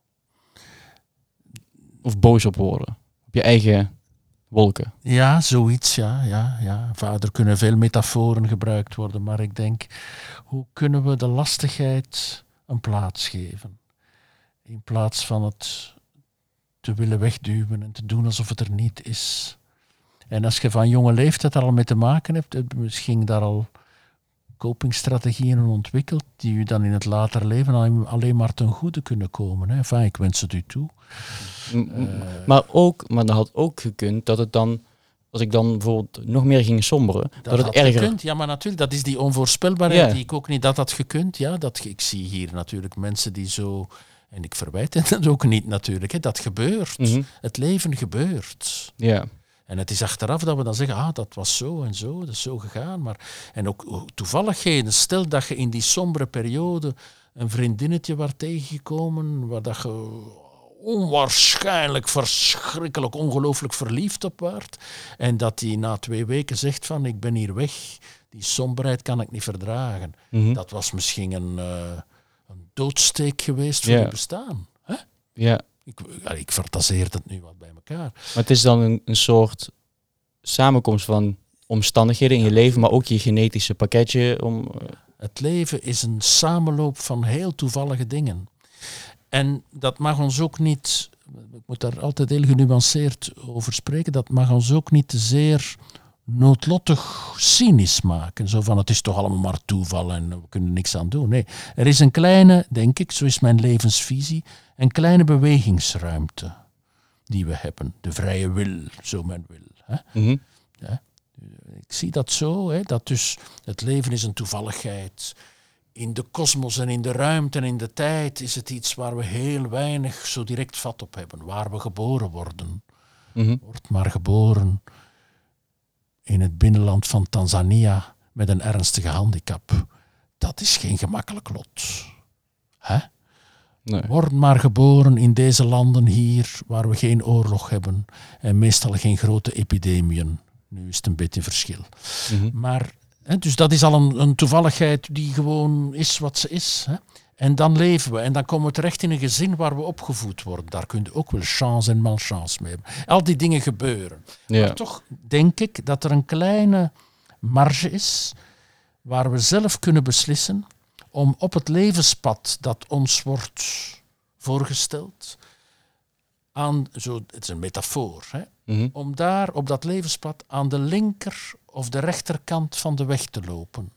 Of boos op worden. Op je eigen wolken. Ja, zoiets, ja, ja, ja. Er kunnen veel metaforen gebruikt worden, maar ik denk, hoe kunnen we de lastigheid een plaats geven? In plaats van het te willen wegduwen en te doen alsof het er niet is. En als je van jonge leeftijd er al mee te maken hebt, heb je misschien daar al copingstrategieën ontwikkeld die u dan in het later leven alleen maar ten goede kunnen komen. Hè. Enfin, ik wens het u toe. M- uh, maar ook, maar dat had ook gekund dat het dan, als ik dan bijvoorbeeld nog meer ging somberen, dat, dat het erger... Gekund. Ja, maar natuurlijk, dat is die onvoorspelbaarheid ja. die ik ook niet, dat had gekund. Ja, dat, ik zie hier natuurlijk mensen die zo, en ik verwijt het ook niet natuurlijk, hè, dat gebeurt. Mm-hmm. Het leven gebeurt. Ja. En het is achteraf dat we dan zeggen, ah, dat was zo en zo, dat is zo gegaan. Maar, en ook toevalligheden, stel dat je in die sombere periode een vriendinnetje was tegengekomen, waar dat je onwaarschijnlijk, verschrikkelijk, ongelooflijk verliefd op werd. En dat die na twee weken zegt van, ik ben hier weg, die somberheid kan ik niet verdragen. Mm-hmm. Dat was misschien een, uh, een doodsteek geweest voor ja. je bestaan. Hè? Ja. Ik, ik fantaseer het nu wat bij elkaar. Maar het is dan een, een soort samenkomst van omstandigheden in je leven, maar ook je genetische pakketje. Om, uh... Het leven is een samenloop van heel toevallige dingen. En dat mag ons ook niet, ik moet daar altijd heel genuanceerd over spreken, dat mag ons ook niet te zeer noodlottig cynisch maken. Zo van, het is toch allemaal maar toeval en we kunnen niks aan doen. Nee, er is een kleine, denk ik, zo is mijn levensvisie, een kleine bewegingsruimte die we hebben. De vrije wil, zo men wil. Hè? Mm-hmm. Ja, ik zie dat zo, hè, dat dus het leven is een toevalligheid. In de kosmos en in de ruimte en in de tijd is het iets waar we heel weinig zo direct vat op hebben. Waar we geboren worden. Mm-hmm. Wordt maar geboren in het binnenland van Tanzania met een ernstige handicap. Dat is geen gemakkelijk lot. Hè? Nee. Word maar geboren in deze landen hier waar we geen oorlog hebben en meestal geen grote epidemieën. Nu is het een beetje verschil. Mm-hmm. Maar, hè, dus dat is al een, een toevalligheid die gewoon is wat ze is. Hè. En dan leven we en dan komen we terecht in een gezin waar we opgevoed worden. Daar kun je ook wel chance en malchance mee hebben. Al die dingen gebeuren. Ja. Maar toch denk ik dat er een kleine marge is waar we zelf kunnen beslissen om op het levenspad dat ons wordt voorgesteld, aan, zo, het is een metafoor, hè, Mm-hmm. om daar op dat levenspad aan de linker of de rechterkant van de weg te lopen.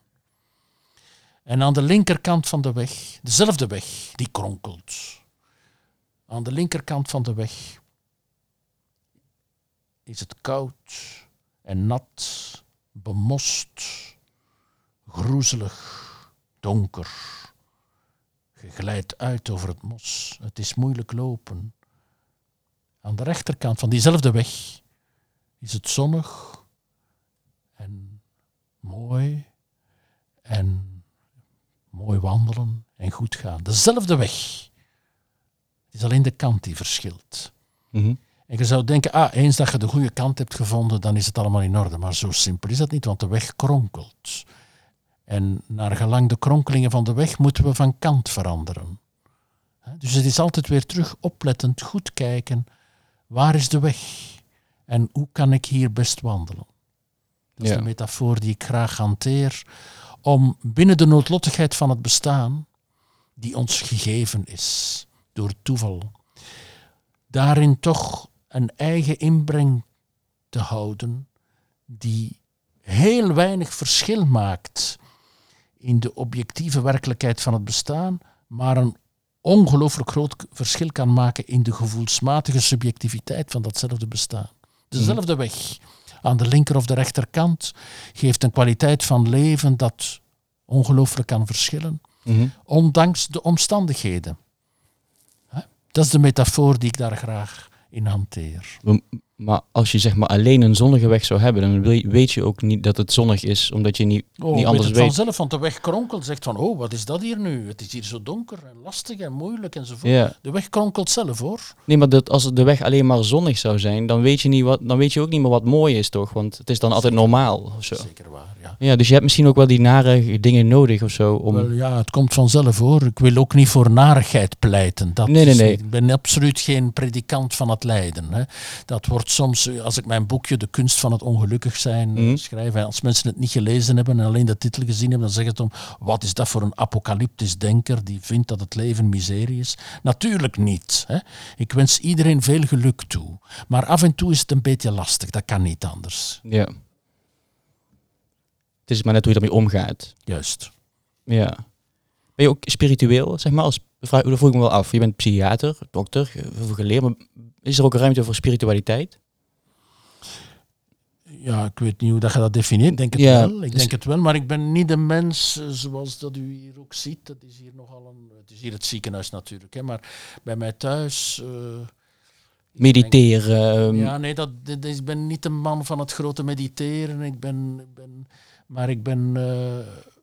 En aan de linkerkant van de weg, dezelfde weg, die kronkelt. Aan de linkerkant van de weg is het koud en nat, bemost, groezelig, donker. Je glijdt uit over het mos. Het is moeilijk lopen. Aan de rechterkant van diezelfde weg is het zonnig en mooi en mooi wandelen en goed gaan. Dezelfde weg. Het is alleen de kant die verschilt. Mm-hmm. En je zou denken, ah, eens dat je de goede kant hebt gevonden, dan is het allemaal in orde. Maar zo simpel is dat niet, want de weg kronkelt. En naar gelang de kronkelingen van de weg moeten we van kant veranderen. Dus het is altijd weer terug oplettend, goed kijken. Waar is de weg? En hoe kan ik hier best wandelen? Dat is Ja. de metafoor die ik graag hanteer. Om binnen de noodlottigheid van het bestaan, die ons gegeven is door toeval, daarin toch een eigen inbreng te houden die heel weinig verschil maakt in de objectieve werkelijkheid van het bestaan, maar een ongelooflijk groot verschil kan maken in de gevoelsmatige subjectiviteit van datzelfde bestaan. Dezelfde weg aan de linker of de rechterkant geeft een kwaliteit van leven dat ongelooflijk kan verschillen, Mm-hmm. ondanks de omstandigheden. Dat is de metafoor die ik daar graag in hanteer. Maar als je zeg maar alleen een zonnige weg zou hebben, dan wil je- weet je ook niet dat het zonnig is, omdat je niet, Oh, niet anders weet weet. het vanzelf, want de weg kronkelt, zegt van, oh, wat is dat hier nu? Het is hier zo donker en lastig en moeilijk enzovoort. Ja. De weg kronkelt zelf, hoor. Nee, maar dat, als de weg alleen maar zonnig zou zijn, dan weet je, niet wat, dan weet je ook niet meer wat mooi is, toch? Want het is dan altijd normaal of zo. Zeker waar, ja. Ja, dus je hebt misschien ook wel die nare dingen nodig of zo. Om... Wel, ja, het komt vanzelf, hoor. Ik wil ook niet voor narigheid pleiten. Dat Nee, nee, is nee. niet- Ik ben absoluut geen predikant van het lijden. Hè. Dat wordt soms, eh, als ik mijn boekje De kunst van het ongelukkig zijn eh, Mhm. schrijf, en als mensen het niet gelezen hebben en alleen de titel gezien hebben, dan zeggen ze om, wat is dat voor een apocalyptisch denker die vindt dat het leven miserie is? Natuurlijk niet. Hè. Ik wens iedereen veel geluk toe. Maar af en toe is het een beetje lastig. Dat kan niet anders. Ja. Het is maar net hoe je ermee omgaat. Juist. Ja. Ben je ook spiritueel, zeg maar? Als, vraag, dat vroeg ik me wel af. Je bent psychiater, dokter, heel veel geleerd, maar is er ook ruimte voor spiritualiteit? Ja, ik weet niet hoe dat je dat definieert. Ik denk het Ja, wel. Ik dus- denk het wel, maar ik ben niet de mens eh, zoals dat u hier ook ziet. Dat is hier nogal een. Het is hier het ziekenhuis natuurlijk, hè, maar bij mij thuis. eh, Mediteren. ehm, ja, nee, dat, dit is- ik ben niet de man van het grote mediteren. Ik ben, ik ben, maar ik ben eh,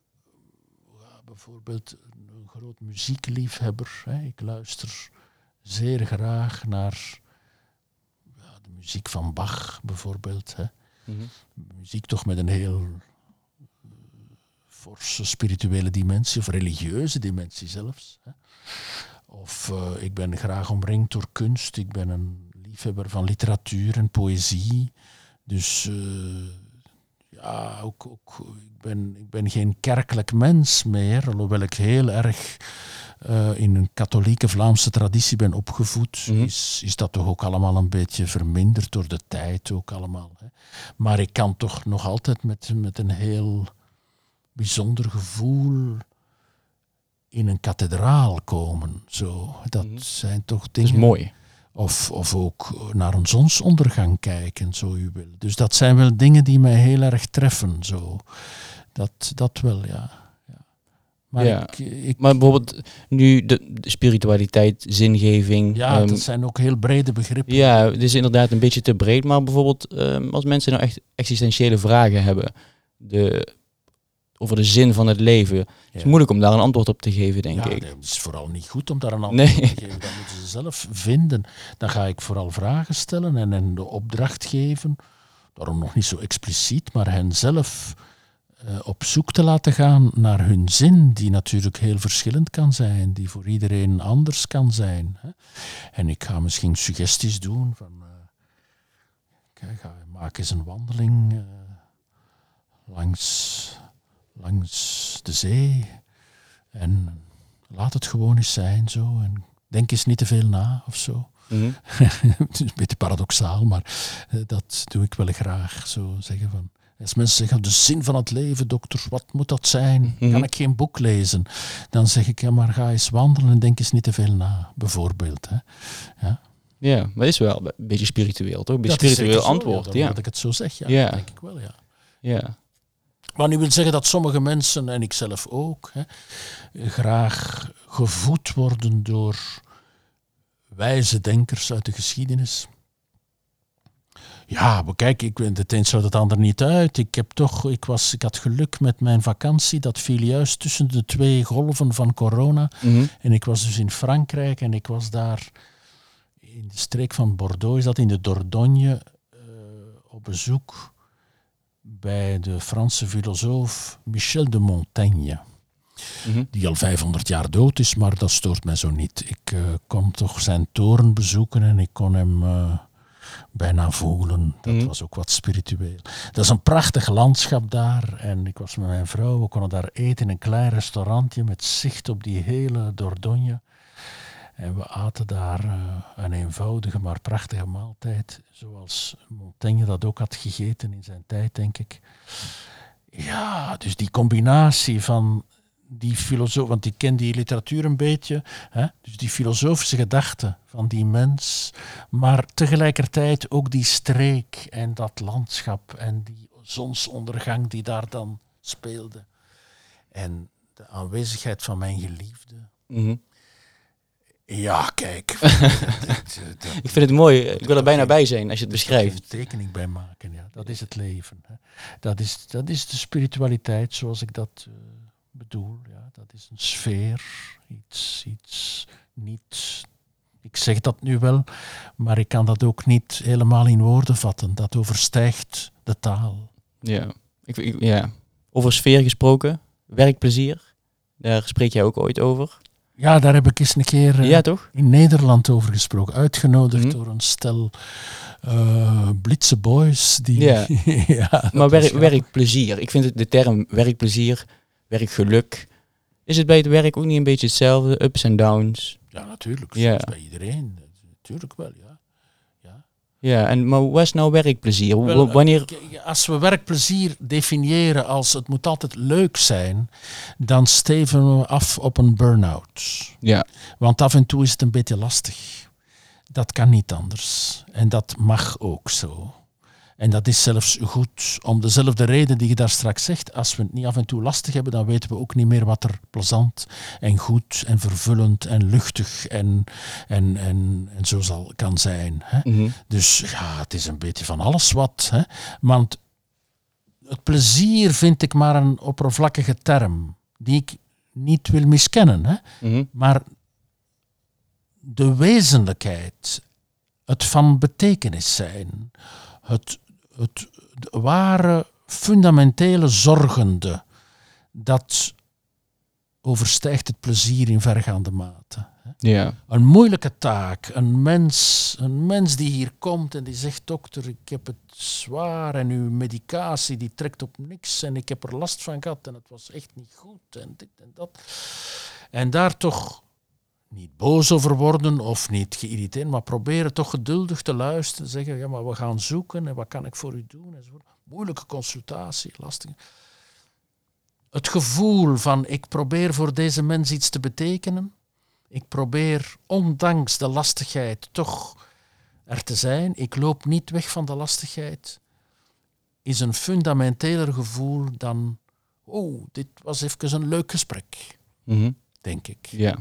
ja, bijvoorbeeld een groot muziekliefhebber. Hè. Ik luister zeer graag naar ja, de muziek van Bach bijvoorbeeld. Hè. mhm. Muziek toch met een heel uh, forse spirituele dimensie of religieuze dimensie zelfs. Hè. Of uh, ik ben graag omringd door kunst. Ik ben een liefhebber van literatuur en poëzie. Dus uh, ja, ook, ook, ik, ben, ik ben geen kerkelijk mens meer, alhoewel ik heel erg uh, in een katholieke Vlaamse traditie ben opgevoed, Mhm. is, is dat toch ook allemaal een beetje verminderd door de tijd ook allemaal. Hè. Maar ik kan toch nog altijd met, met een heel bijzonder gevoel in een kathedraal komen. Zo. Dat Mhm. zijn toch Dat dingen... is mooi. Of, of ook naar een zonsondergang kijken, zo u wil. Dus dat zijn wel dingen die mij heel erg treffen. Zo. Dat, dat wel, ja. ja. Maar, Ja. ik, ik, Maar bijvoorbeeld nu de, de spiritualiteit, zingeving. ja, ehm, dat zijn ook heel brede begrippen. ja, het is inderdaad een beetje te breed. Maar bijvoorbeeld ehm, als mensen nou echt existentiële vragen hebben de, over de zin van het leven. Het is Ja. moeilijk om daar een antwoord op te geven, denk Ja, ik. nee, het is vooral niet goed om daar een antwoord Nee. op te geven. Dat moeten ze zelf vinden. Dan ga ik vooral vragen stellen en hen de opdracht geven. Daarom nog niet zo expliciet, maar hen zelf uh, op zoek te laten gaan naar hun zin, die natuurlijk heel verschillend kan zijn, die voor iedereen anders kan zijn. Hè. En ik ga misschien suggesties doen van, uh, kijk, ga, maak eens een wandeling uh, langs, langs de zee en laat het gewoon eens zijn zo en denk eens niet te veel na of zo. Mhm. Het is een beetje paradoxaal, maar uh, dat doe ik wel graag. Zo zeggen van, als mensen zeggen, de zin van het leven, dokter, wat moet dat zijn? Mhm. Kan ik geen boek lezen? Dan zeg ik, ja, maar ga eens wandelen en denk eens niet te veel na, bijvoorbeeld. Hè. Ja. Ja, maar het is wel een beetje spiritueel, toch? Een beetje Dat is spiritueel zeker zo, antwoord, ja, ja. dat ik het zo zeg, ja, Ja. dat denk ik wel, ja. Ja. Maar nu wil zeggen dat sommige mensen, en ik zelf ook, hè, graag gevoed worden door wijze denkers uit de geschiedenis. Ja, maar kijk, ik, het een sluit het ander niet uit. Ik, heb toch, ik, was, ik had geluk met mijn vakantie. Dat viel juist tussen de twee golven van corona. Mhm. En ik was dus in Frankrijk en ik was daar in de streek van Bordeaux, is dat in de Dordogne, uh, op bezoek bij de Franse filosoof Michel de Montaigne. Mm-hmm. Die al vijfhonderd jaar dood is, maar dat stoort mij zo niet. Ik uh, kon toch zijn toren bezoeken en ik kon hem uh, bijna voelen. Dat mm-hmm. was ook wat spiritueel. Dat is een prachtig landschap daar en ik was met mijn vrouw, we konden daar eten in een klein restaurantje met zicht op die hele Dordogne. En we aten daar uh, een eenvoudige maar prachtige maaltijd, zoals Montaigne dat ook had gegeten in zijn tijd, denk ik. Ja, dus die combinatie van die filosoof, want ik ken die literatuur een beetje, hè? Dus die filosofische gedachte van die mens, maar tegelijkertijd ook die streek en dat landschap en die zonsondergang die daar dan speelde. En de aanwezigheid van mijn geliefde. Mm-hmm. Ja, kijk. Ik vind het mooi. Ik wil er bijna bij zijn als je het beschrijft. Er een tekening bij maken, ja. Dat is het leven. Hè. Dat is, dat is de spiritualiteit zoals ik dat uh, bedoel. Ja. Dat is een sfeer, iets, iets niet... Ik zeg dat nu wel, maar ik kan dat ook niet helemaal in woorden vatten. Dat overstijgt de taal. Ja, ik, ik, ja. Over sfeer gesproken, werkplezier, daar spreek jij ook ooit over. Ja, daar heb ik eens een keer uh, ja, toch? in Nederland over gesproken. Uitgenodigd mm-hmm. door een stel uh, blitse boys. Die, ja. ja, maar werk, werkplezier. Ik vind het, de term werkplezier, werkgeluk. Is het bij het werk ook niet een beetje hetzelfde? Ups en downs? Ja, natuurlijk. Ja. Zoals bij iedereen. Natuurlijk wel, ja. Ja, ja en, maar wat is nou werkplezier? Wel, Wanneer... Als we werkplezier definiëren als het moet altijd leuk zijn, dan steven we af op een burn-out. Ja. Want af en toe is het een beetje lastig. Dat kan niet anders. En dat mag ook zo. En dat is zelfs goed om dezelfde reden die je daar straks zegt. Als we het niet af en toe lastig hebben, dan weten we ook niet meer wat er plezant en goed en vervullend en luchtig en, en, en, en zo zal, kan zijn. Hè? Mm-hmm. Dus ja, het is een beetje van alles wat. Hè? Want het plezier vind ik maar een oppervlakkige term die ik niet wil miskennen. Hè? Mm-hmm. Maar de wezenlijkheid, het van betekenis zijn, het, het ware fundamentele zorgende, dat overstijgt het plezier in vergaande mate. Ja. Een moeilijke taak, een mens, een mens die hier komt en die zegt, dokter, ik heb het zwaar en uw medicatie die trekt op niks en ik heb er last van gehad en het was echt niet goed en dit en dat. En daar toch niet boos over worden of niet geïrriteerd, maar proberen toch geduldig te luisteren, zeggen, ja, maar we gaan zoeken en wat kan ik voor u doen? Enzovoort. Moeilijke consultatie, lastig. Het gevoel van, ik probeer voor deze mens iets te betekenen, ik probeer ondanks de lastigheid toch er te zijn, ik loop niet weg van de lastigheid, is een fundamenteler gevoel dan, oh, dit was even een leuk gesprek, mm-hmm. denk ik. Ja.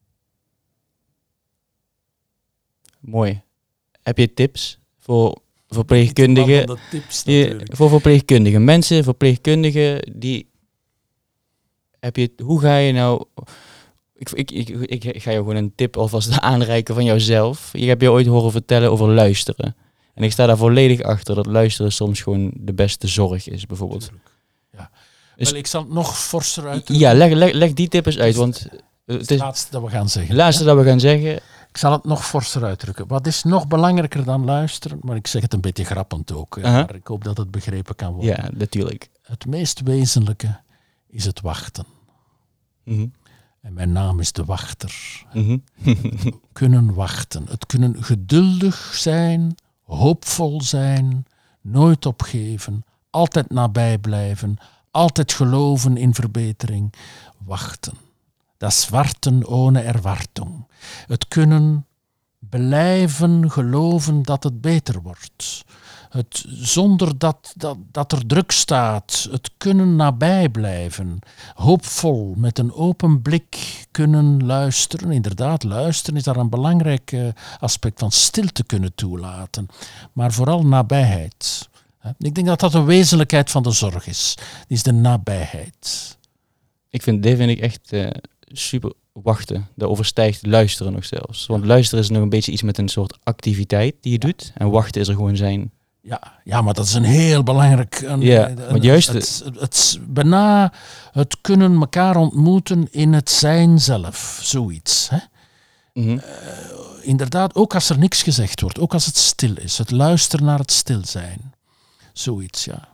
Mooi. Heb je tips voor verpleegkundigen? Tips, je, voor verpleegkundigen, mensen, verpleegkundigen, die heb je, hoe ga je nou, ik, ik, ik, ik ga je gewoon een tip alvast aanreiken van jouzelf. Je hebt je ooit horen vertellen over luisteren. En ik sta daar volledig achter dat luisteren soms gewoon de beste zorg is, bijvoorbeeld. Ja. Dus, Wel, ik zal het nog forser uit. Ja, leg, leg, leg die tip eens uit, want het is het laatste dat we gaan zeggen. Het laatste ja? dat we gaan zeggen. Ik zal het nog forser uitdrukken. Wat is nog belangrijker dan luisteren? Maar ik zeg het een beetje grappend ook. Uh-huh. Maar ik hoop dat het begrepen kan worden. Ja, natuurlijk. Het meest wezenlijke is het wachten. Mm-hmm. En mijn naam is de wachter. Mm-hmm. Het kunnen wachten. Het kunnen geduldig zijn, hoopvol zijn, nooit opgeven, altijd nabij blijven, altijd geloven in verbetering. Wachten. Das Warten ohne Erwartung. Het kunnen blijven geloven dat het beter wordt. Het, zonder dat, dat, dat er druk staat. Het kunnen nabij blijven. Hoopvol, met een open blik kunnen luisteren. Inderdaad, luisteren is daar een belangrijk uh, aspect van stilte kunnen toelaten. Maar vooral nabijheid. Ik denk dat dat een wezenlijkheid van de zorg is. Die is de nabijheid. Ik vind, dit vind ik echt uh, super wachten. Dat overstijgt luisteren nog zelfs. Want luisteren is nog een beetje iets met een soort activiteit die je doet. En wachten is er gewoon zijn. Ja, ja, maar dat is een heel belangrijk... Een, Ja, een, want juist het, het, het, bijna het kunnen elkaar ontmoeten in het zijn zelf, zoiets. Hè? Mm-hmm. Uh, inderdaad, ook als er niks gezegd wordt, ook als het stil is. Het luisteren naar het stil zijn. Zoiets, ja.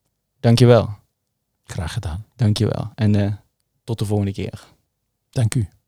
Dankjewel. Graag gedaan. Dankjewel. En uh, tot de volgende keer. Dank u.